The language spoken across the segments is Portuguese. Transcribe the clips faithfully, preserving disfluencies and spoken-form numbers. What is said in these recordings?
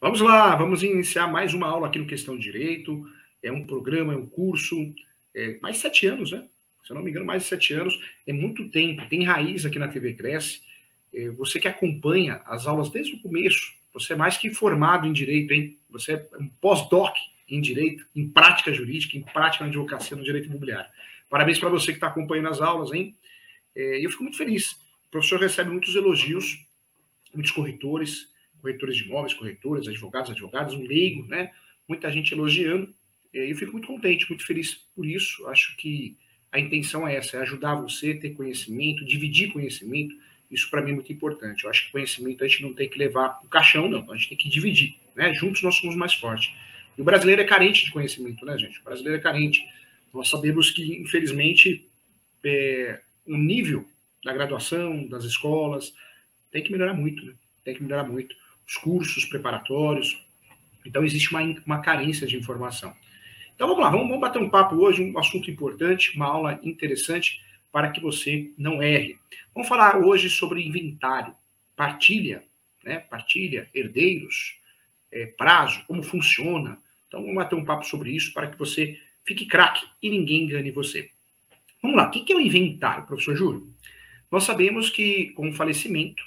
Vamos lá, vamos iniciar mais uma aula aqui no Questão de Direito. É um programa, é um curso, é mais de sete anos, né? Se eu não me engano, mais de sete anos. É muito tempo, tem raiz aqui na T V Cresce. É, você que acompanha as aulas desde o começo, você é mais que formado em Direito, hein? Você é um pós-doc em Direito, em Prática Jurídica, em Prática na Advocacia, no Direito Imobiliário. Parabéns para você que está acompanhando as aulas, hein? É, eu fico muito feliz. O professor recebe muitos elogios, muitos corretores, corretores de imóveis, corretores, advogados, advogadas, um leigo, né? Muita gente elogiando. Eu fico muito contente, muito feliz por isso. Acho que a intenção é essa, é ajudar você a ter conhecimento, dividir conhecimento. Isso para mim é muito importante. Eu acho que conhecimento a gente não tem que levar o caixão, não. A gente tem que dividir, né? Juntos nós somos mais fortes. E o brasileiro é carente de conhecimento, né, gente? O brasileiro é carente. Nós sabemos que, infelizmente, é, o nível da graduação, das escolas, tem que melhorar muito, né? Tem que melhorar muito. Os cursos preparatórios. Então, existe uma, uma carência de informação. Então, vamos lá, vamos, vamos bater um papo hoje, um assunto importante, uma aula interessante para que você não erre. Vamos falar hoje sobre inventário, partilha, né? Partilha, herdeiros, é, prazo, como funciona. Então, vamos bater um papo sobre isso para que você fique craque e ninguém engane você. Vamos lá, o que é o inventário, professor Júlio? Nós sabemos que, com o falecimento,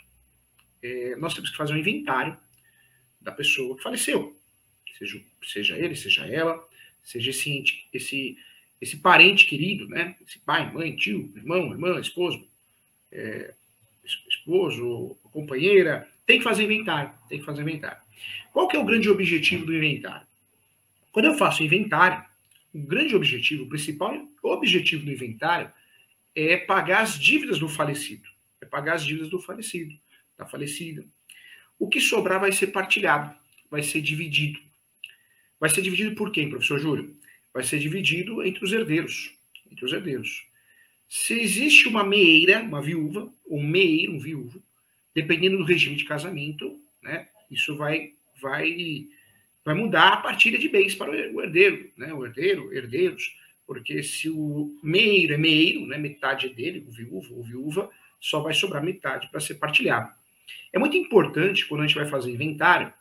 é, nós temos que fazer um inventário da pessoa que faleceu. Seja, seja ele, seja ela, seja esse, esse, esse parente querido, né? Esse pai, mãe, tio, irmão, irmã, esposo, é, esposo, companheira, tem que fazer inventário, tem que fazer inventário. Qual que é o grande objetivo do inventário? Quando eu faço inventário, o grande objetivo, o principal objetivo do inventário é pagar as dívidas do falecido, é pagar as dívidas do falecido, da falecida. O que sobrar vai ser partilhado, vai ser dividido. Vai ser dividido por quem, professor Júlio? Vai ser dividido entre os herdeiros. Entre os herdeiros. Se existe uma meeira, uma viúva, ou um meeiro, um viúvo, dependendo do regime de casamento, né, isso vai, vai, vai mudar a partilha de bens para o herdeiro, né, o herdeiro, herdeiros, porque se o meeiro é meeiro, né, metade é dele, o viúvo ou viúva, só vai sobrar metade para ser partilhado. É muito importante, quando a gente vai fazer inventário,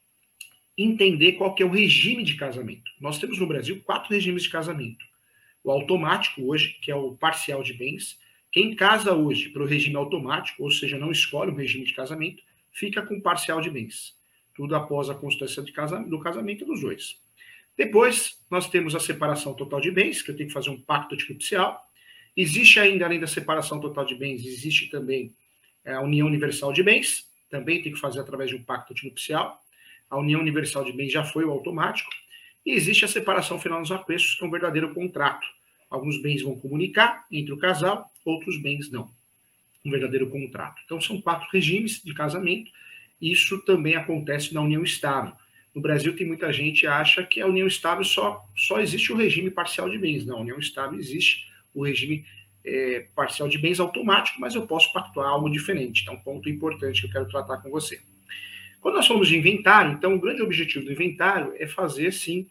entender qual que é o regime de casamento. Nós temos no Brasil quatro regimes de casamento. O automático hoje, que é o parcial de bens. Quem casa hoje pelo regime automático, ou seja, não escolhe um regime de casamento, fica com parcial de bens. Tudo após a constituição de casamento, do casamento dos dois. Depois, nós temos a separação total de bens, que eu tenho que fazer um pacto antinupcial. Existe ainda, além da separação total de bens, existe também a união universal de bens, também tem que fazer através de um pacto antinupcial. A união universal de bens já foi o automático. E existe a separação final nos apreços, que é um verdadeiro contrato. Alguns bens vão comunicar entre o casal, outros bens não. Um verdadeiro contrato. Então, são quatro regimes de casamento. Isso também acontece na união estável. No Brasil, tem muita gente que acha que a união estável só, só existe o regime parcial de bens. Não, a união estável existe o regime é, parcial de bens automático, mas eu posso pactuar algo diferente. Então, um ponto importante que eu quero tratar com você. Quando nós falamos de inventário, então, o grande objetivo do inventário é fazer, sim,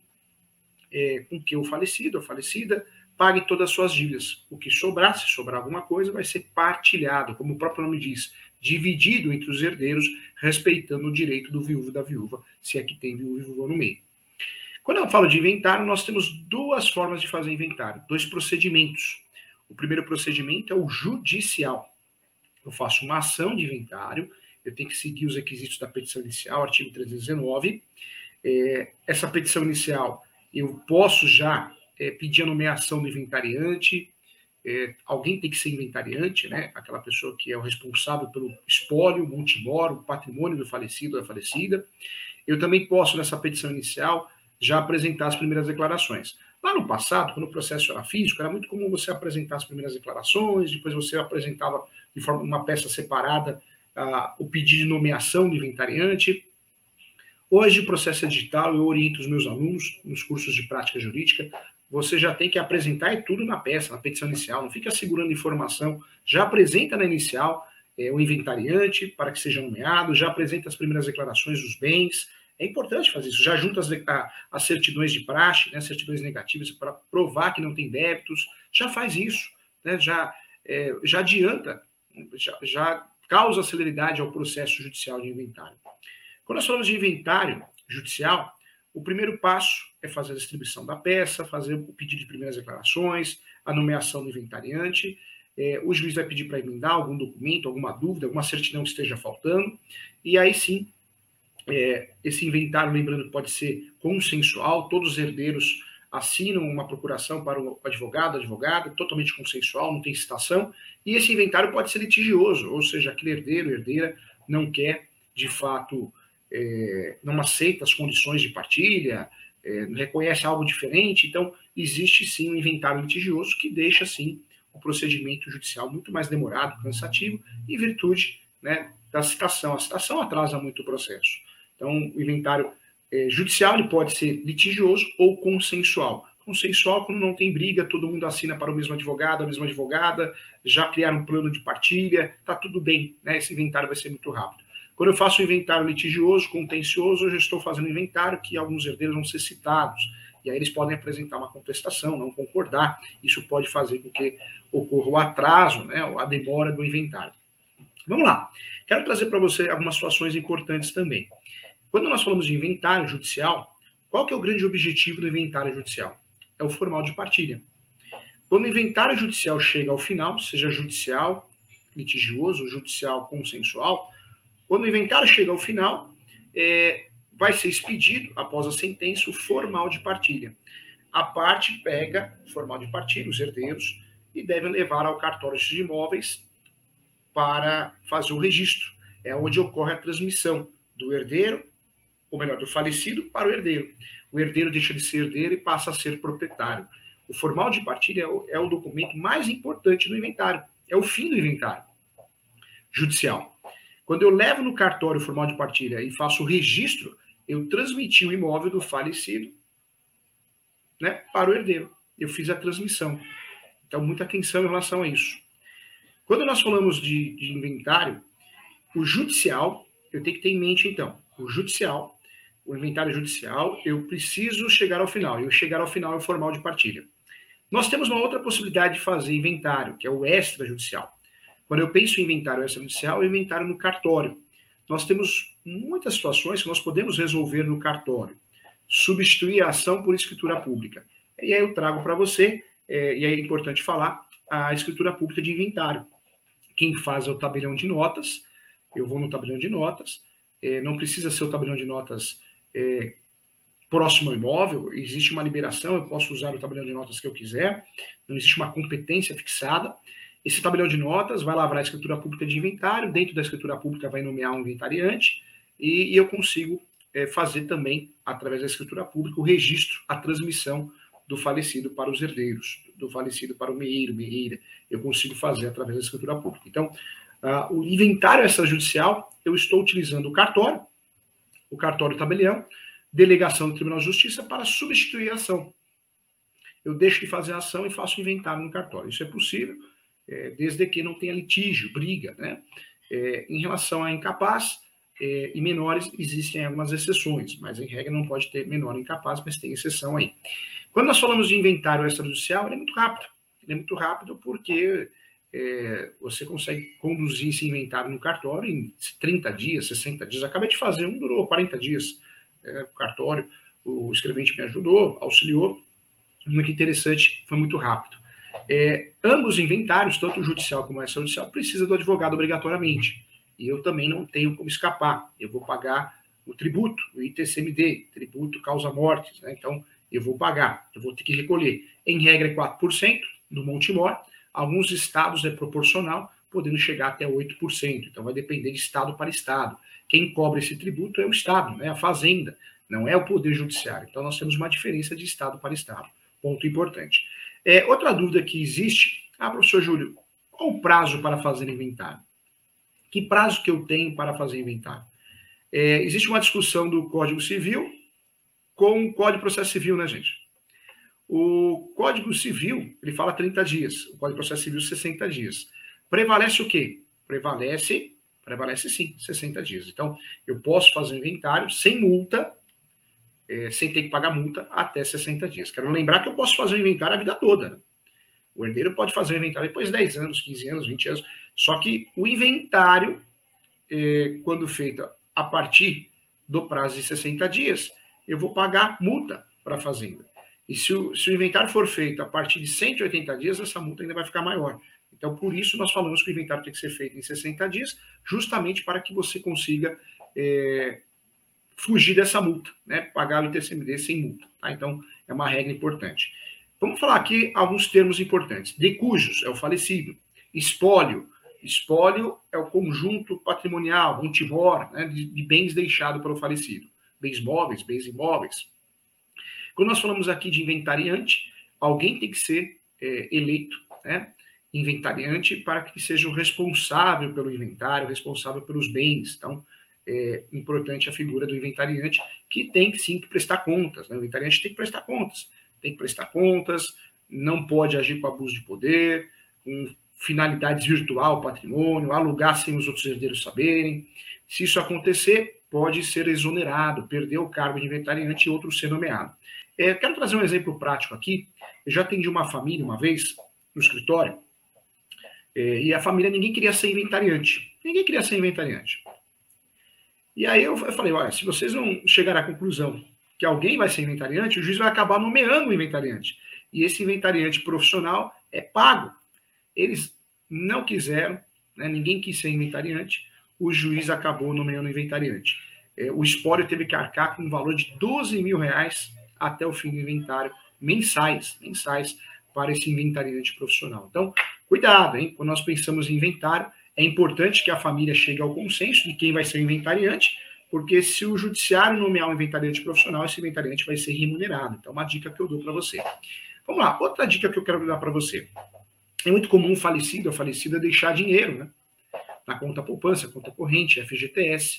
é, com que o falecido, a falecida, pague todas as suas dívidas. O que sobrar, se sobrar alguma coisa, vai ser partilhado, como o próprio nome diz, dividido entre os herdeiros, respeitando o direito do viúvo e da viúva, se é que tem viúvo e viúva no meio. Quando eu falo de inventário, nós temos duas formas de fazer inventário, dois procedimentos. O primeiro procedimento é o judicial. Eu faço uma ação de inventário, eu tenho que seguir os requisitos da petição inicial, artigo trezentos e dezenove. É, essa petição inicial, eu posso já é, pedir a nomeação do inventariante, é, alguém tem que ser inventariante, né? Aquela pessoa que é o responsável pelo espólio, multimório, patrimônio do falecido ou da falecida. Eu também posso, nessa petição inicial, já apresentar as primeiras declarações. Lá no passado, quando o processo era físico, era muito comum você apresentar as primeiras declarações, depois você apresentava de forma uma peça separada uh, o pedido de nomeação do inventariante. Hoje o processo é digital, eu oriento os meus alunos nos cursos de prática jurídica, você já tem que apresentar é tudo na peça, na petição inicial, não fica segurando informação, já apresenta na inicial é, o inventariante para que seja nomeado, já apresenta as primeiras declarações dos bens, é importante fazer isso, já junta as, as certidões de praxe, né, certidões negativas para provar que não tem débitos, já faz isso, né, já, é, já adianta, já, já causa celeridade ao processo judicial de inventário. Quando nós falamos de inventário, judicial, o primeiro passo é fazer a distribuição da peça, fazer o pedido de primeiras declarações, a nomeação do inventariante. É, o juiz vai pedir para emendar algum documento, alguma dúvida, alguma certidão que esteja faltando, e aí sim, é, esse inventário, lembrando que pode ser consensual, todos os herdeiros assinam uma procuração para o advogado, advogada, totalmente consensual, não tem citação, e esse inventário pode ser litigioso, ou seja, aquele herdeiro, herdeira, não quer, de fato, é, não aceita as condições de partilha, é, reconhece algo diferente, então existe sim um inventário litigioso que deixa, sim, o procedimento judicial muito mais demorado, cansativo, em virtude, né, da citação. A citação atrasa muito o processo. Então, o inventário é, judicial ele pode ser litigioso ou consensual. Consensual quando não tem briga, todo mundo assina para o mesmo advogado, a mesma advogada, já criaram um plano de partilha, está tudo bem, né? Esse inventário vai ser muito rápido. Quando eu faço um inventário litigioso, contencioso, eu já estou fazendo um inventário que alguns herdeiros vão ser citados. E aí eles podem apresentar uma contestação, não concordar. Isso pode fazer com que ocorra o atraso, né, a demora do inventário. Vamos lá. Quero trazer para você algumas situações importantes também. Quando nós falamos de inventário judicial, qual que é o grande objetivo do inventário judicial? É o formal de partilha. Quando o inventário judicial chega ao final, seja judicial, litigioso, judicial, consensual, quando o inventário chega ao final, é, vai ser expedido, após a sentença, o formal de partilha. A parte pega o formal de partilha, os herdeiros, e devem levar ao cartório de imóveis para fazer o registro. É onde ocorre a transmissão do herdeiro, ou melhor, do falecido para o herdeiro. O herdeiro deixa de ser herdeiro e passa a ser proprietário. O formal de partilha é o, é o documento mais importante do inventário. É o fim do inventário judicial. Quando eu levo no cartório o formal de partilha e faço o registro, eu transmiti o imóvel do falecido, né, para o herdeiro. Eu fiz a transmissão. Então, muita atenção em relação a isso. Quando nós falamos de, de inventário, o judicial, eu tenho que ter em mente, então, o judicial, o inventário judicial, eu preciso chegar ao final. E o chegar ao final é o formal de partilha. Nós temos uma outra possibilidade de fazer inventário, que é o extrajudicial. Quando eu penso em inventário extrajudicial, é inventário no cartório. Nós temos muitas situações que nós podemos resolver no cartório. Substituir a ação por escritura pública. E aí eu trago para você, é, e aí é importante falar, a escritura pública de inventário. Quem faz é o tabelião de notas, eu vou no tabelião de notas, é, não precisa ser o tabelião de notas é, próximo ao imóvel, existe uma liberação, eu posso usar o tabelião de notas que eu quiser, não existe uma competência fixada. Esse tabelião de notas vai lavrar a escritura pública de inventário, dentro da escritura pública vai nomear um inventariante, e, e eu consigo é, fazer também, através da escritura pública, o registro, a transmissão do falecido para os herdeiros, do falecido para o meeiro, meeira, eu consigo fazer através da escritura pública. Então, uh, o inventário extrajudicial, eu estou utilizando o cartório, o cartório tabelião, delegação do Tribunal de Justiça para substituir a ação. Eu deixo de fazer a ação e faço inventário no cartório. Isso é possível, é, desde que não tenha litígio, briga, né? É, em relação a incapaz é, e menores, existem algumas exceções, mas em regra não pode ter menor incapaz, mas tem exceção aí. Quando nós falamos de inventário extrajudicial, ele é muito rápido. Ele é muito rápido porque é, você consegue conduzir esse inventário no cartório em trinta dias, sessenta dias. Acabei de fazer um, durou quarenta dias. É, o cartório, o escrevente me ajudou, auxiliou. Muito interessante, foi muito rápido. É, ambos os inventários, tanto o judicial como o extrajudicial, precisa do advogado obrigatoriamente. E eu também não tenho como escapar. Eu vou pagar o tributo, o I T C M D, tributo causa-mortes, né? Então, eu vou pagar, eu vou ter que recolher. Em regra, é quatro por cento do Montemor. Alguns estados é proporcional, podendo chegar até oito por cento. Então, vai depender de estado para estado. Quem cobra esse tributo é o estado, né? A fazenda, não é o poder judiciário. Então, nós temos uma diferença de estado para estado. Ponto importante. É, outra dúvida que existe, ah, professor Júlio, qual o prazo para fazer inventário? Que prazo que eu tenho para fazer inventário? É, existe uma discussão do Código Civil com o Código de Processo Civil, né, gente? O Código Civil, ele fala trinta dias, o Código de Processo Civil, sessenta dias. Prevalece o quê? Prevalece, prevalece sim, sessenta dias. Então, eu posso fazer um inventário sem multa, é, sem ter que pagar multa, até sessenta dias. Quero lembrar que eu posso fazer um inventário a vida toda, né? O herdeiro pode fazer um inventário depois de dez anos, quinze anos, vinte anos, só que o inventário, é, quando feito a partir do prazo de sessenta dias, eu vou pagar multa para a fazenda. E se o, se o inventário for feito a partir de cento e oitenta dias, essa multa ainda vai ficar maior. Então, por isso, nós falamos que o inventário tem que ser feito em sessenta dias, justamente para que você consiga é, fugir dessa multa, né? Pagar o I T C M D sem multa. Tá? Então, é uma regra importante. Vamos falar aqui alguns termos importantes. Decujus é o falecido. Espólio. Espólio é o conjunto patrimonial, um tibor, né, de, de bens deixados pelo falecido. Bens móveis, bens imóveis. Quando nós falamos aqui de inventariante, alguém tem que ser é, eleito, né, inventariante, para que seja o responsável pelo inventário, responsável pelos bens. Então, é importante a figura do inventariante, que tem sim que prestar contas. Né? O inventariante tem que prestar contas. Tem que prestar contas, não pode agir com abuso de poder, com finalidades virtual, patrimônio, alugar sem os outros herdeiros saberem. Se isso acontecer, pode ser exonerado, perder o cargo de inventariante e outro ser nomeado. É, quero trazer um exemplo prático aqui. Eu já atendi uma família uma vez no escritório, é, e a família, ninguém queria ser inventariante. Ninguém queria ser inventariante. E aí eu falei, olha, se vocês não chegarem à conclusão que alguém vai ser inventariante, o juiz vai acabar nomeando o inventariante. E esse inventariante profissional é pago. Eles não quiseram, né, ninguém quis ser inventariante, o juiz acabou nomeando o inventariante. É, o espólio teve que arcar com um valor de doze mil reais até o fim do inventário, mensais, mensais, para esse inventariante profissional. Então, cuidado, hein? Quando nós pensamos em inventário, é importante que a família chegue ao consenso de quem vai ser o inventariante, porque se o judiciário nomear um inventariante profissional, esse inventariante vai ser remunerado. Então, uma dica que eu dou para você. Vamos lá, outra dica que eu quero dar para você. É muito comum o falecido, a falecida, deixar dinheiro, né? Na conta poupança, conta corrente, F G T S,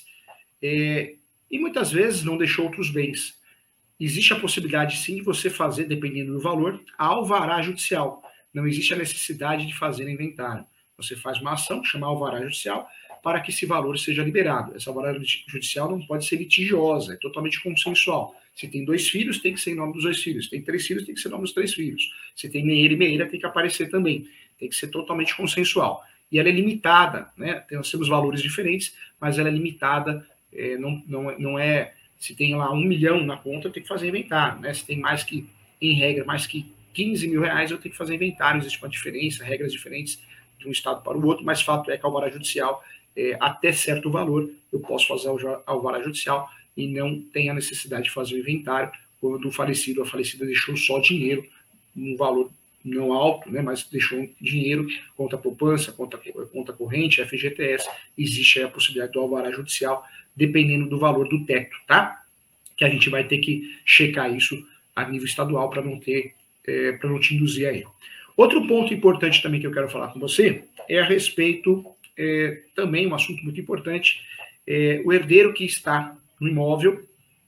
é, e muitas vezes não deixou outros bens. Existe a possibilidade, sim, de você fazer, dependendo do valor, alvará judicial. Não existe a necessidade de fazer inventário. Você faz uma ação, chama alvará judicial, para que esse valor seja liberado. Essa alvará judicial não pode ser litigiosa, é totalmente consensual. Se tem dois filhos, tem que ser em nome dos dois filhos. Se tem três filhos, tem que ser em nome dos três filhos. Se tem meieira e meieira, tem que aparecer também. Tem que ser totalmente consensual. E ela é limitada, né? Nós temos valores diferentes, mas ela é limitada, é, não, não, não é... Se tem lá um milhão na conta, eu tenho que fazer inventário, né? Se tem mais que, em regra, mais que quinze mil reais, eu tenho que fazer inventário. Existe uma diferença, regras diferentes de um estado para o outro, mas fato é que a alvará judicial, é, até certo valor, eu posso fazer a alvará judicial e não tem a necessidade de fazer o inventário quando o falecido, a falecida deixou só dinheiro, um valor não alto, né, mas deixou dinheiro, conta poupança, conta, conta corrente, F G T S, existe aí a possibilidade do alvará judicial, dependendo do valor do teto, tá? Que a gente vai ter que checar isso a nível estadual para não ter, é, para não te induzir a erro. Outro ponto importante também que eu quero falar com você é a respeito, é, também um assunto muito importante, é, o herdeiro que está no imóvel,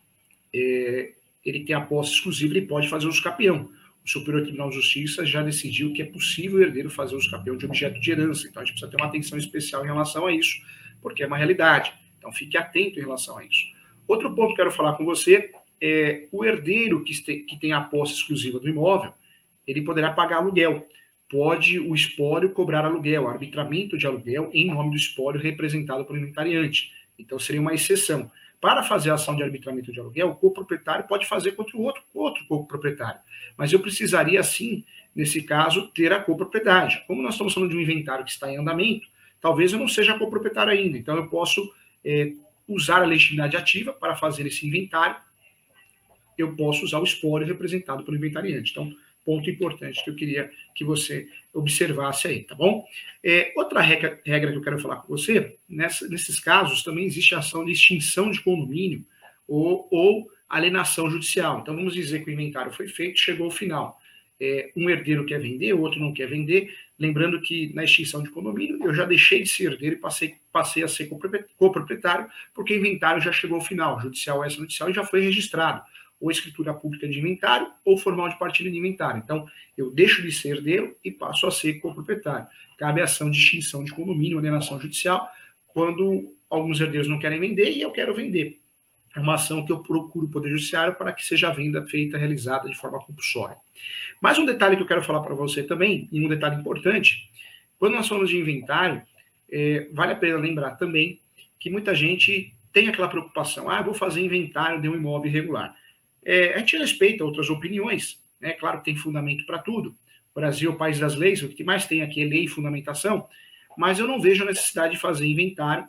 é, ele tem a posse exclusiva, ele pode fazer uso capião. O Superior Tribunal de Justiça já decidiu que é possível o herdeiro fazer uso capião de objeto de herança. Então, a gente precisa ter uma atenção especial em relação a isso, porque é uma realidade. Então, fique atento em relação a isso. Outro ponto que eu quero falar com você é o herdeiro que, este, que tem a posse exclusiva do imóvel, ele poderá pagar aluguel. Pode o espólio cobrar aluguel, arbitramento de aluguel em nome do espólio representado pelo inventariante. Então, seria uma exceção. Para fazer a ação de arbitramento de aluguel, o coproprietário pode fazer contra o outro, outro coproprietário. Mas eu precisaria, sim, nesse caso, ter a copropriedade. Como nós estamos falando de um inventário que está em andamento, talvez eu não seja coproprietário ainda. Então, eu posso é, usar a legitimidade ativa para fazer esse inventário. Eu posso usar o espólio representado pelo inventariante. Então, ponto importante que eu queria que você observasse aí, tá bom? É, outra regra, regra que eu quero falar com você, nessa, nesses casos também existe a ação de extinção de condomínio ou, ou alienação judicial. Então, vamos dizer que o inventário foi feito, chegou ao final. É, um herdeiro quer vender, o outro não quer vender. Lembrando que na extinção de condomínio, eu já deixei de ser herdeiro e passei, passei a ser coproprietário, porque o inventário já chegou ao final, judicial ou extrajudicial, e já foi registrado. Ou escritura pública de inventário, ou formal de partilha de inventário. Então, eu deixo de ser herdeiro e passo a ser coproprietário. Cabe a ação de extinção de condomínio, alienação judicial, quando alguns herdeiros não querem vender e eu quero vender. É uma ação que eu procuro o Poder Judiciário para que seja a venda feita, realizada de forma compulsória. Mais um detalhe que eu quero falar para você também, e um detalhe importante, quando nós falamos de inventário, é, vale a pena lembrar também que muita gente tem aquela preocupação, ah, vou fazer inventário de um imóvel irregular. É, a gente respeita outras opiniões, né? Claro que tem fundamento para tudo. O Brasil é o país das leis, o que mais tem aqui é lei e fundamentação, mas eu não vejo a necessidade de fazer inventário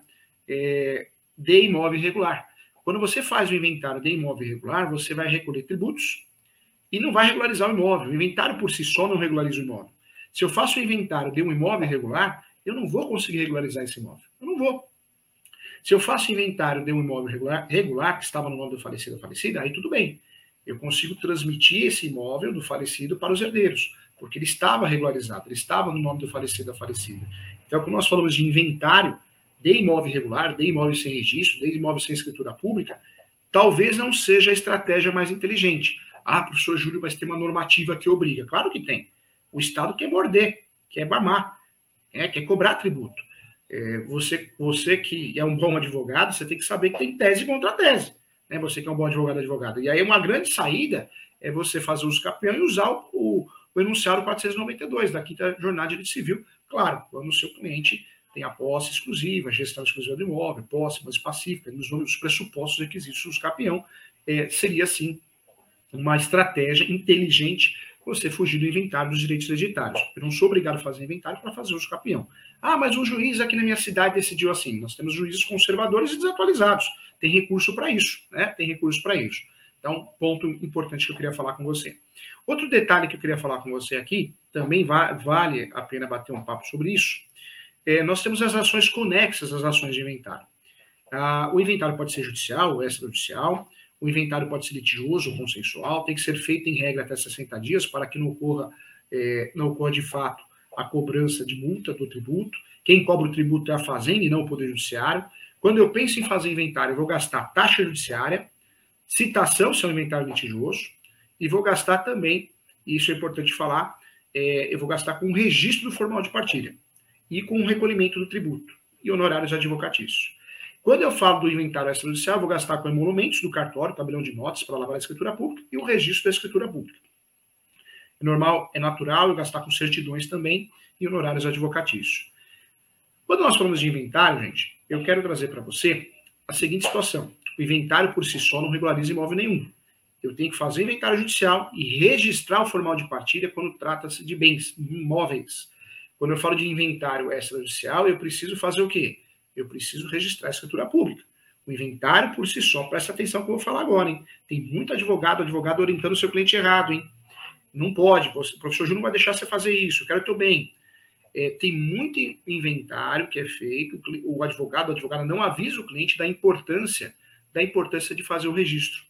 é, de imóvel irregular. Quando você faz o inventário de imóvel irregular, você vai recolher tributos e não vai regularizar o imóvel. O inventário por si só não regulariza o imóvel. Se eu faço o inventário de um imóvel irregular, eu não vou conseguir regularizar esse imóvel. Eu não vou. Se eu faço inventário de um imóvel regular, regular que estava no nome do falecido ou falecida, aí tudo bem. Eu consigo transmitir esse imóvel do falecido para os herdeiros, porque ele estava regularizado, ele estava no nome do falecido ou falecida. Então, quando nós falamos de inventário de imóvel irregular, de imóvel sem registro, de imóvel sem escritura pública, talvez não seja a estratégia mais inteligente. Ah, professor Júlio, mas tem uma normativa que obriga. Claro que tem. O Estado quer morder, quer mamar, é, quer cobrar tributo. É, você, você que é um bom advogado, você tem que saber que tem tese contra tese. Né? Você que é um bom advogado advogado. E aí uma grande saída é você fazer uso campeão e usar o, o, o enunciado quatrocentos e noventa e dois da quinta Jornada de Direito Civil. Claro, quando o seu cliente tem a posse exclusiva, gestão exclusiva do imóvel, posse mais pacífica, nos os pressupostos requisitos do campeão, é, seria, sim, uma estratégia inteligente você fugir do inventário dos direitos hereditários. Eu não sou obrigado a fazer inventário para fazer uso campeão. Ah, mas o juiz aqui na minha cidade decidiu assim. Nós temos juízes conservadores e desatualizados. Tem recurso para isso, né? Tem recurso para isso. Então, ponto importante que eu queria falar com você. Outro detalhe que eu queria falar com você aqui, também va vale a pena bater um papo sobre isso, é, nós temos as ações conexas às ações de inventário. Ah, o inventário pode ser judicial ou extrajudicial, o inventário pode ser litigioso ou consensual, tem que ser feito em regra até sessenta dias para que não ocorra, é, não ocorra de fato a cobrança de multa do tributo. Quem cobra o tributo é a Fazenda e não o Poder Judiciário. Quando eu penso em fazer inventário, eu vou gastar taxa judiciária, citação, se é um inventário litigioso, e vou gastar também, e isso é importante falar, é, eu vou gastar com o registro do formal de partilha e com o recolhimento do tributo e honorários advocatícios. Quando eu falo do inventário extrajudicial, eu vou gastar com emolumentos do cartório, tabelião de notas para lavar a escritura pública e o registro da escritura pública. É normal, é natural eu gastar com certidões também e honorários advocatícios. Quando nós falamos de inventário, gente, eu quero trazer para você a seguinte situação. O inventário por si só não regulariza imóvel nenhum. Eu tenho que fazer inventário judicial e registrar o formal de partilha quando trata-se de bens, imóveis. Quando eu falo de inventário extrajudicial, eu preciso fazer o quê? Eu preciso registrar a escritura pública. O inventário por si só, presta atenção que eu vou falar agora, hein? Tem muito advogado, advogado orientando o seu cliente errado, hein? Não pode, o professor Júnior não vai deixar você fazer isso, eu quero o teu bem. É, tem muito inventário que é feito, o advogado, a advogada não avisa o cliente da importância, da importância de fazer o registro,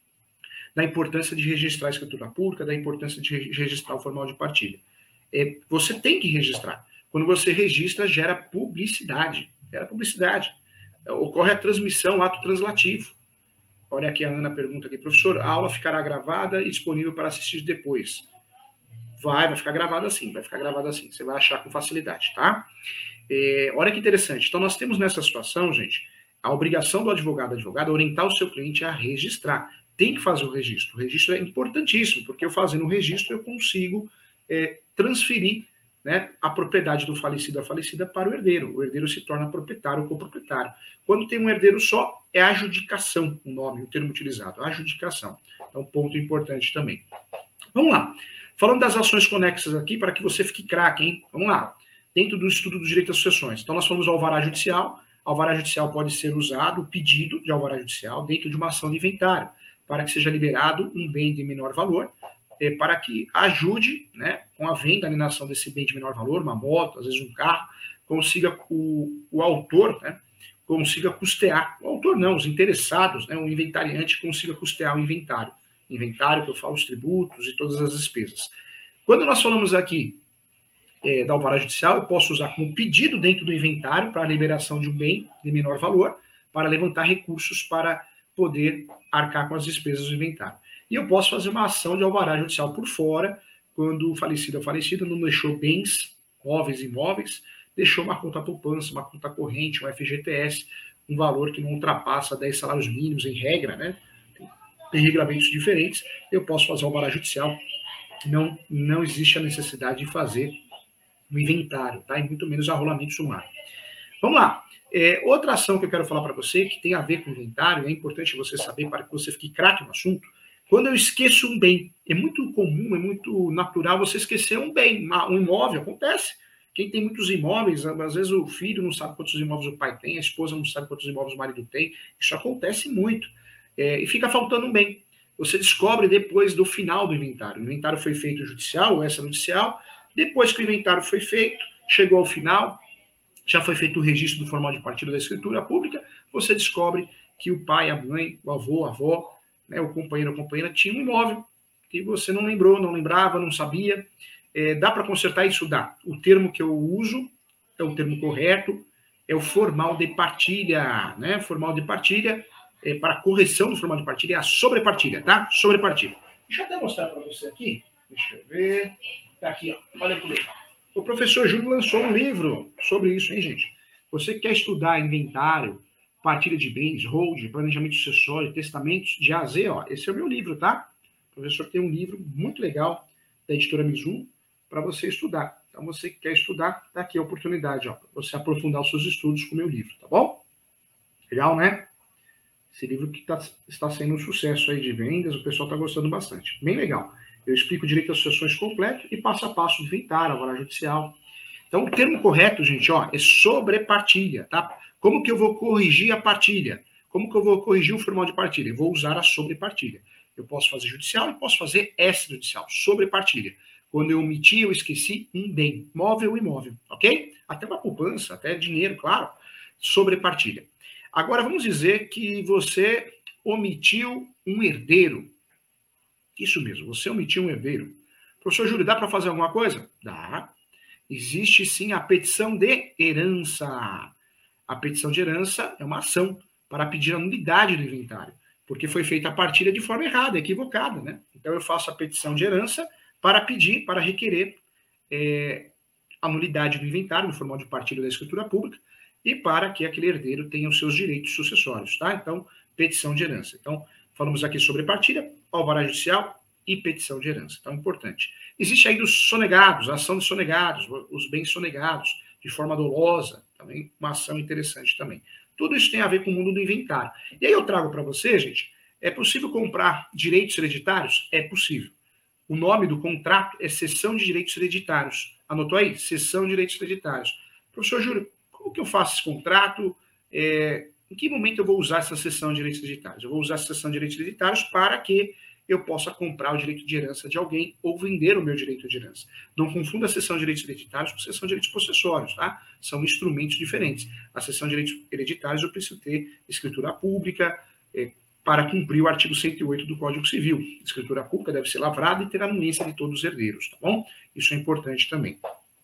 da importância de registrar a escritura pública, da importância de registrar o formal de partilha. É, você tem que registrar. Quando você registra, gera publicidade. Gera publicidade. Ocorre a transmissão, o ato translativo. Olha aqui a Ana pergunta aqui, professor, a aula ficará gravada e disponível para assistir depois? Vai, vai ficar gravada assim, vai ficar gravada assim. Você vai achar com facilidade, tá? É, olha que interessante. Então, nós temos nessa situação, gente, a obrigação do advogado, advogada, orientar o seu cliente a registrar. Tem que fazer o registro. O registro é importantíssimo, porque eu fazendo o registro, eu consigo é, transferir, né, a propriedade do falecido ou falecida para o herdeiro. O herdeiro se torna proprietário ou coproprietário. Quando tem um herdeiro só, é adjudicação o nome, o termo utilizado, adjudicação. Então, ponto importante também. Vamos lá. Falando das ações conexas aqui, para que você fique craque, hein? Vamos lá. Dentro do estudo do direito às sucessões. Então, nós falamos do alvará judicial. Alvará judicial pode ser usado, o pedido de alvará judicial, dentro de uma ação de inventário, para que seja liberado um bem de menor valor, é, para que ajude, né, com a venda, a alienação desse bem de menor valor, uma moto, às vezes um carro, consiga o, o autor, né, consiga custear, o autor não, os interessados, né, o inventariante consiga custear o inventário. Inventário, que eu falo, os tributos e todas as despesas. Quando nós falamos aqui é, da alvará judicial, eu posso usar como pedido dentro do inventário para a liberação de um bem de menor valor, para levantar recursos para poder arcar com as despesas do inventário. E eu posso fazer uma ação de alvará judicial por fora, quando o falecido ou falecida não deixou bens, móveis e imóveis, deixou uma conta poupança, uma conta corrente, um F G T S, um valor que não ultrapassa dez salários mínimos em regra, né? Tem regulamentos diferentes, eu posso fazer alvará judicial. Não, não existe a necessidade de fazer o inventário, tá? E muito menos arrolamento sumário. Vamos lá. É, outra ação que eu quero falar para você, que tem a ver com inventário, é importante você saber para que você fique craque no assunto. Quando eu esqueço um bem, é muito comum, é muito natural você esquecer um bem, um imóvel, acontece. Quem tem muitos imóveis, às vezes o filho não sabe quantos imóveis o pai tem, a esposa não sabe quantos imóveis o marido tem, isso acontece muito. É, e fica faltando um bem. Você descobre depois do final do inventário. O inventário foi feito judicial ou extrajudicial, depois que o inventário foi feito, chegou ao final, já foi feito o registro do formal de partilha da escritura pública, você descobre que o pai, a mãe, o avô, a avó, né, o companheiro ou companheira tinha um imóvel que você não lembrou, não lembrava, não sabia. É, dá para consertar isso? Dá. O termo que eu uso é o termo correto, é o formal de partilha, né? Formal de partilha, é, para correção do formal de partilha, é a sobrepartilha, tá? Sobrepartilha. Deixa eu até mostrar para você aqui. Deixa eu ver. Tá aqui, ó. Olha que legal. O professor Júlio lançou um livro sobre isso, hein, gente? Você que quer estudar inventário, partilha de bens, hold, planejamento sucessório, testamentos de A a Z, ó, esse é o meu livro, tá? O professor tem um livro muito legal da editora Mizuno para você estudar. Então, você que quer estudar, tá aqui a oportunidade, ó, para você aprofundar os seus estudos com o meu livro, tá bom? Legal, né? Esse livro que tá, está sendo um sucesso aí de vendas, o pessoal está gostando bastante. Bem legal. Eu explico o direito às sucessões completo e passo a passo do inventário, alvará judicial. Então, o termo correto, gente, ó, é sobrepartilha, tá? Como que eu vou corrigir a partilha? Como que eu vou corrigir o formal de partilha? Eu vou usar a sobrepartilha. Eu posso fazer judicial e posso fazer extrajudicial, sobrepartilha. Quando eu omiti, eu esqueci um bem, móvel ou imóvel, ok? Até uma poupança, até dinheiro, claro, sobrepartilha. Agora, vamos dizer que você omitiu um herdeiro. Isso mesmo, você omitiu um herdeiro. Professor Júlio, dá para fazer alguma coisa? Dá. Existe sim a petição de herança. A petição de herança é uma ação para pedir a nulidade do inventário, porque foi feita a partilha de forma errada, equivocada, né? Então eu faço a petição de herança para pedir, para requerer é, a nulidade do inventário, no formal de partilha da escritura pública, e para que aquele herdeiro tenha os seus direitos sucessórios, tá? Então, petição de herança. Então, falamos aqui sobre partilha, alvará judicial e petição de herança. Então, importante. Existe aí os sonegados, a ação de sonegados, os bens sonegados, de forma dolosa, também uma ação interessante também. Tudo isso tem a ver com o mundo do inventário. E aí eu trago para você, gente, é possível comprar direitos hereditários? É possível. O nome do contrato é cessão de direitos hereditários. Anotou aí? Cessão de direitos hereditários. Professor Júlio, como que eu faço esse contrato? É, em que momento eu vou usar essa cessão de direitos hereditários? Eu vou usar essa cessão de direitos hereditários para que eu possa comprar o direito de herança de alguém ou vender o meu direito de herança. Não confunda a cessão de direitos hereditários com a cessão de direitos possessórios, tá? São instrumentos diferentes. A cessão de direitos hereditários eu preciso ter escritura pública, é, para cumprir o artigo cento e oito do Código Civil. A escritura pública deve ser lavrada e ter a anuência de todos os herdeiros, tá bom? Isso é importante também.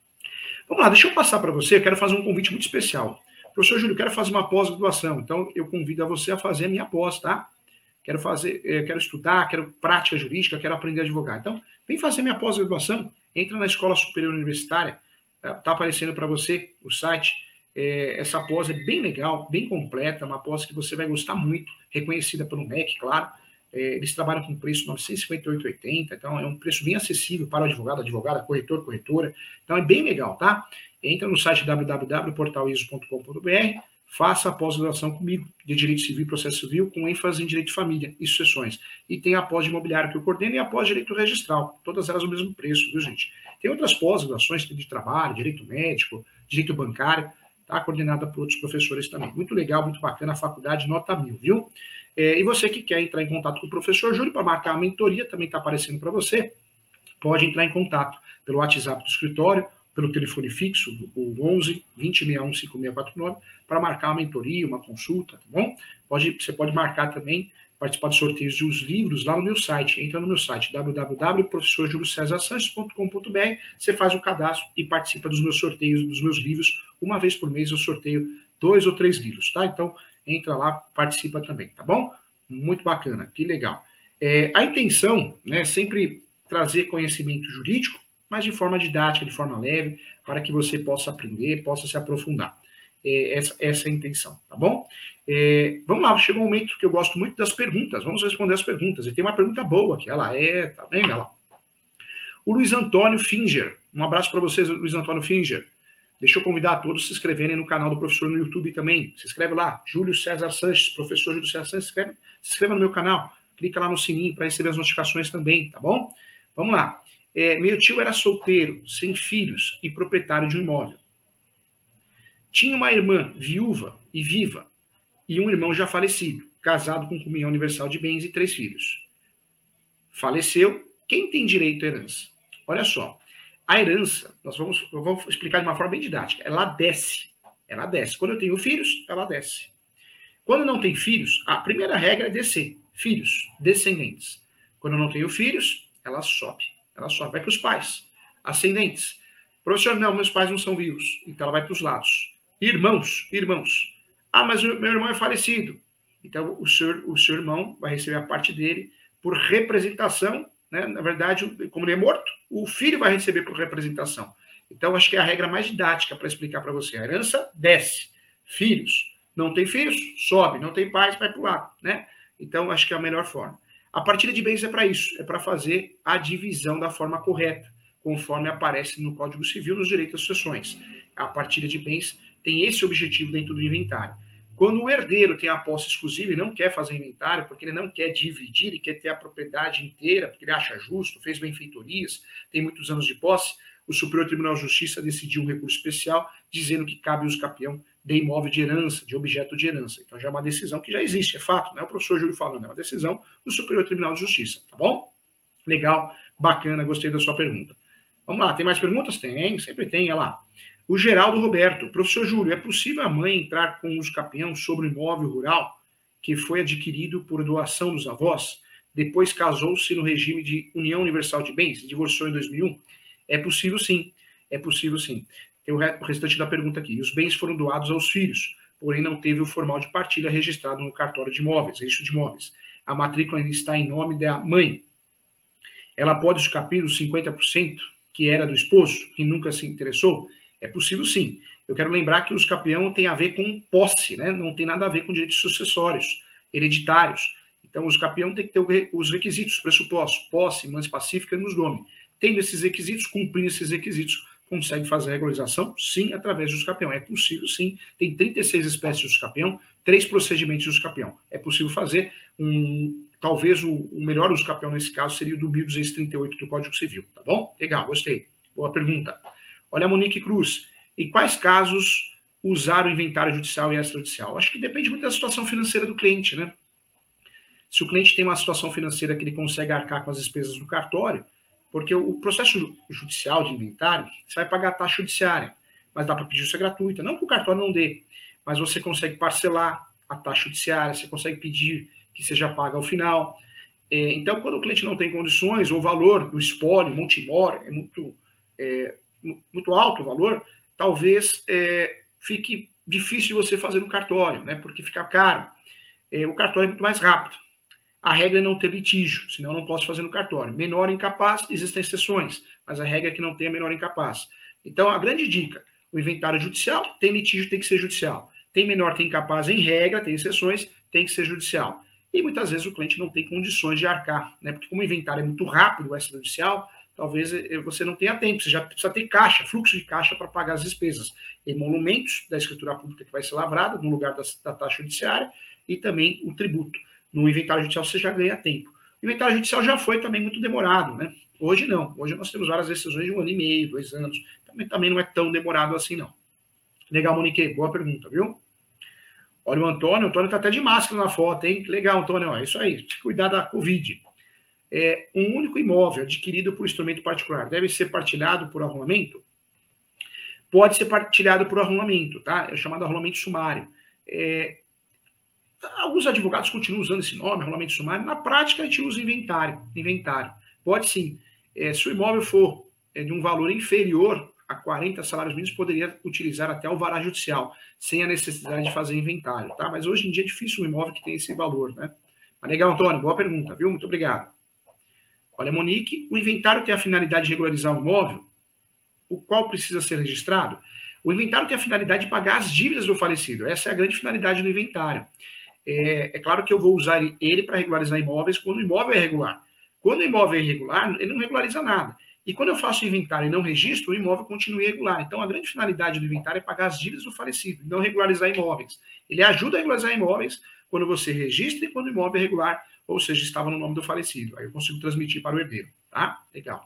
Vamos lá, deixa eu passar para você, eu quero fazer um convite muito especial. Professor Júlio, eu quero fazer uma pós-graduação, então eu convido a você a fazer a minha pós, tá? Quero fazer, quero estudar, quero prática jurídica, quero aprender a advogar. Então, vem fazer minha pós-graduação, entra na Escola Superior Universitária, tá aparecendo para você o site. É, essa pós é bem legal, bem completa, uma pós que você vai gostar muito, reconhecida pelo M E C, claro. É, eles trabalham com preço novecentos e cinquenta e oito reais e oitenta centavos, então é um preço bem acessível para o advogado, advogada, corretor, corretora. Então é bem legal, tá? Entra no site w w w ponto portal iso ponto com ponto b r, faça a pós-graduação comigo, de Direito Civil e Processo Civil, com ênfase em Direito de Família e Sucessões. E tem a pós de imobiliário que eu coordeno e a pós de Direito Registral, todas elas no mesmo preço, viu, gente? Tem outras pós-graduações, de trabalho, Direito Médico, Direito Bancário, tá? Coordenada por outros professores também. Muito legal, muito bacana, a faculdade nota mil, viu? É, e você que quer entrar em contato com o professor Júlio para marcar a mentoria, também está aparecendo para você, pode entrar em contato pelo WhatsApp do escritório, pelo telefone fixo, o onze, vinte e sessenta e um, cinquenta e seis quarenta e nove, para marcar uma mentoria, uma consulta, tá bom? Pode, você pode marcar também, participar de sorteios de os livros lá no meu site. Entra no meu site, w w w ponto professor júlio césar sanches ponto com ponto b r, você faz o cadastro e participa dos meus sorteios, dos meus livros. Uma vez por mês eu sorteio dois ou três livros, tá? Então, entra lá, participa também, tá bom? Muito bacana, que legal. É, a intenção, né, é sempre trazer conhecimento jurídico, mas de forma didática, de forma leve, para que você possa aprender, possa se aprofundar. É, essa, essa é a intenção, tá bom? É, vamos lá, chegou um momento que eu gosto muito das perguntas, vamos responder as perguntas. E tem uma pergunta boa aqui, ela é, tá vendo? Ela. O Luiz Antônio Finger, um abraço para vocês, Luiz Antônio Finger. Deixa eu convidar a todos a se inscreverem no canal do professor no YouTube também. Se inscreve lá, Júlio César Sanches, professor Júlio César Sanches, se inscreve, se inscreva no meu canal, clica lá no sininho para receber as notificações também, tá bom? Vamos lá. É, meu tio era solteiro, sem filhos e proprietário de um imóvel. Tinha uma irmã viúva e viva e um irmão já falecido, casado com comunhão universal de bens e três filhos. Faleceu, quem tem direito à herança? Olha só, a herança, nós vamos, eu vou explicar de uma forma bem didática, ela desce, ela desce. Quando eu tenho filhos, ela desce. Quando não tem filhos, a primeira regra é descer, filhos, descendentes. Quando eu não tenho filhos, ela sobe, ela sobe, vai para os pais, ascendentes. Professor, não, meus pais não são vivos, então ela vai para os lados. Irmãos, irmãos. Ah, mas o meu irmão é falecido. Então o seu, o seu irmão vai receber a parte dele por representação, né? Na verdade, como ele é morto, o filho vai receber por representação. Então, acho que é a regra mais didática para explicar para você. A herança desce. Filhos. Não tem filhos? Sobe. Não tem pais? Vai para o lado, né? Então, acho que é a melhor forma. A partilha de bens é para isso. É para fazer a divisão da forma correta, conforme aparece no Código Civil, nos direitos das sucessões. A partilha de bens tem esse objetivo dentro do inventário. Quando o herdeiro tem a posse exclusiva e não quer fazer inventário, porque ele não quer dividir, ele quer ter a propriedade inteira, porque ele acha justo, fez benfeitorias, tem muitos anos de posse, o Superior Tribunal de Justiça decidiu um recurso especial dizendo que cabe o uso capião de imóvel de herança, de objeto de herança. Então já é uma decisão que já existe, é fato, não é o professor Júlio falando, é uma decisão do Superior Tribunal de Justiça, tá bom? Legal, bacana, gostei da sua pergunta. Vamos lá, tem mais perguntas? Tem, sempre tem, olha lá. O Geraldo Roberto, professor Júlio, é possível a mãe entrar com uso capião sobre o imóvel rural que foi adquirido por doação dos avós, depois casou-se no regime de União Universal de Bens, divorciou em dois mil e um? É possível sim, é possível sim. Tem o restante da pergunta aqui. Os bens foram doados aos filhos, porém não teve o formal de partilha registrado no cartório de imóveis, registro de imóveis. A matrícula ainda está em nome da mãe. Ela pode escapir os cinquenta por cento que era do esposo, que nunca se interessou? É possível sim. Eu quero lembrar que o uso capião tem a ver com posse, né? Não tem nada a ver com direitos sucessórios, hereditários. Então, o uso capião tem que ter os requisitos, os pressupostos, posse, mães pacífica e nos nome. Tendo esses requisitos, cumprindo esses requisitos, consegue fazer a regularização? Sim, através do uso capião. É possível sim. Tem trinta e seis espécies de uso capião, três procedimentos de uso capião. É possível fazer um... Talvez o, o melhor uso capião nesse caso seria o do mil duzentos e trinta e oito do Código Civil, tá bom? Legal, gostei. Boa pergunta. Olha a Monique Cruz. Em quais casos usar o inventário judicial e extrajudicial? Acho que depende muito da situação financeira do cliente, né? Se o cliente tem uma situação financeira que ele consegue arcar com as despesas do cartório, porque o processo judicial de inventário, você vai pagar a taxa judiciária, mas dá para pedir isso gratuita. Não que o cartório não dê, mas você consegue parcelar a taxa judiciária, você consegue pedir que seja paga ao final. É, então, quando o cliente não tem condições, ou o valor do espólio, multimor, é muito... É, muito alto o valor, talvez é, fique difícil de você fazer no cartório, né? Porque fica caro. É, o cartório é muito mais rápido. A regra é não ter litígio, senão eu não posso fazer no cartório. Menor incapaz, existem exceções, mas a regra é que não tenha menor incapaz. Então, a grande dica, o inventário judicial, tem litígio, tem que ser judicial. Tem menor, tem incapaz, em regra, tem exceções, tem que ser judicial. E muitas vezes o cliente não tem condições de arcar, né? Porque como o inventário é muito rápido, o extrajudicial, talvez você não tenha tempo, você já precisa ter caixa, fluxo de caixa para pagar as despesas. Emolumentos da escritura pública que vai ser lavrada no lugar da, da taxa judiciária e também o tributo. No inventário judicial você já ganha tempo. O inventário judicial já foi também muito demorado, né? Hoje não. Hoje nós temos várias decisões de um ano e meio, dois anos. Também, também não é tão demorado assim, não. Legal, Monique. Boa pergunta, viu? Olha o Antônio. O Antônio está até de máscara na foto, hein? Legal, Antônio. É isso aí. Cuidar da Covid. É, um único imóvel adquirido por instrumento particular deve ser partilhado por arrolamento? Pode ser partilhado por arrolamento, tá? É chamado arrolamento sumário. É, alguns advogados continuam usando esse nome, arrolamento sumário. Na prática, a gente usa inventário. Inventário. Pode sim. É, se o imóvel for é, de um valor inferior a quarenta salários mínimos, poderia utilizar até o alvará judicial, sem a necessidade de fazer inventário, tá? Mas hoje em dia é difícil um imóvel que tem esse valor, né? Mas legal, Antônio. Boa pergunta, viu? Muito obrigado. Olha, Monique, o inventário tem a finalidade de regularizar o imóvel, o qual precisa ser registrado? O inventário tem a finalidade de pagar as dívidas do falecido. Essa é a grande finalidade do inventário. É, é claro que eu vou usar ele para regularizar imóveis quando o imóvel é regular. Quando o imóvel é irregular, ele não regulariza nada. E quando eu faço inventário e não registro, o imóvel continua irregular. Então, a grande finalidade do inventário é pagar as dívidas do falecido, não regularizar imóveis. Ele ajuda a regularizar imóveis quando você registra e quando o imóvel é regular, ou seja, estava no nome do falecido. Aí eu consigo transmitir para o herdeiro, tá? Legal.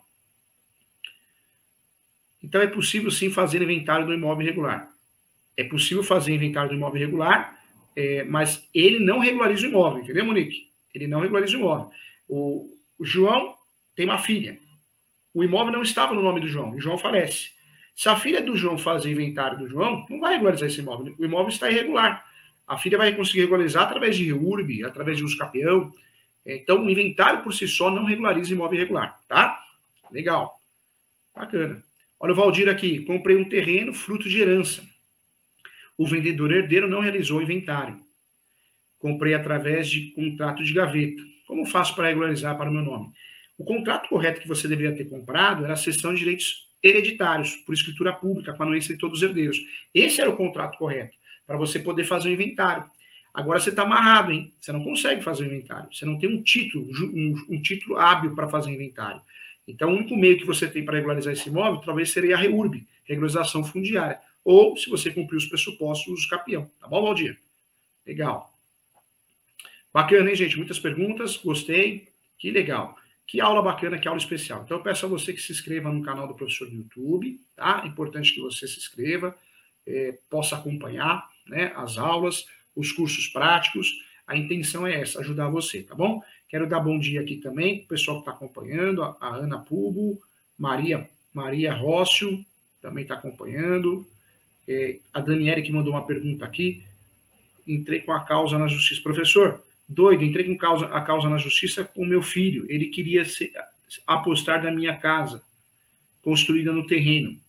Então, é possível, sim, fazer inventário do imóvel irregular. É possível fazer inventário do imóvel irregular, é, mas ele não regulariza o imóvel, entendeu, Monique? Ele não regulariza o imóvel. O, o João tem uma filha. O imóvel não estava no nome do João, o João falece. Se a filha do João fazer inventário do João, não vai regularizar esse imóvel. O imóvel está irregular. A filha vai conseguir regularizar através de REURB, através de uso capião. Então, o inventário por si só não regulariza imóvel irregular, tá? Legal. Bacana. Olha o Valdir aqui. Comprei um terreno fruto de herança. O vendedor herdeiro não realizou o inventário. Comprei através de contrato de gaveta. Como faço para regularizar para o meu nome? O contrato correto que você deveria ter comprado era a cessão de direitos hereditários, por escritura pública, com a anuência de todos os herdeiros. Esse era o contrato correto, para você poder fazer o inventário. Agora você está amarrado, hein? Você não consegue fazer o inventário. Você não tem um título, um, um título hábil para fazer o inventário. Então, o único meio que você tem para regularizar esse imóvel talvez seria a REURB, regularização fundiária. Ou, se você cumprir os pressupostos, uso capião. Tá bom, Valdir? Legal. Bacana, hein, gente? Muitas perguntas, gostei. Que legal. Que aula bacana, que aula especial. Então, eu peço a você que se inscreva no canal do professor do YouTube, tá? É importante que você se inscreva, é, possa acompanhar, né, as aulas, os cursos práticos. A intenção é essa, ajudar você, tá bom? Quero dar bom dia aqui também, o pessoal que está acompanhando, a, a Ana Pugo, Maria, Maria Rócio, também está acompanhando. É, a Daniele que mandou uma pergunta aqui. Entrei com a causa na justiça. Professor, doido, entrei com causa, a causa na justiça com o meu filho. Ele queria se, apostar na minha casa, construída no terreno.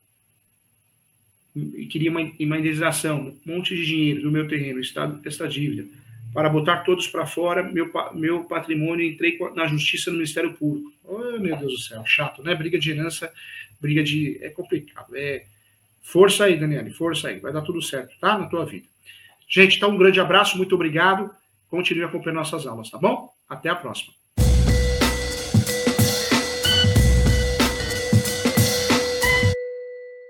E queria uma, uma indenização, um monte de dinheiro do meu terreno, estado, essa dívida. Para botar todos para fora, meu, meu patrimônio, entrei na justiça no Ministério Público. Oh, meu Deus do céu, chato, né? Briga de herança, briga de... É complicado. É... Força aí, Daniele, força aí. Vai dar tudo certo, tá? Na tua vida. Gente, então um grande abraço, muito obrigado. Continue acompanhando nossas aulas, tá bom? Até a próxima.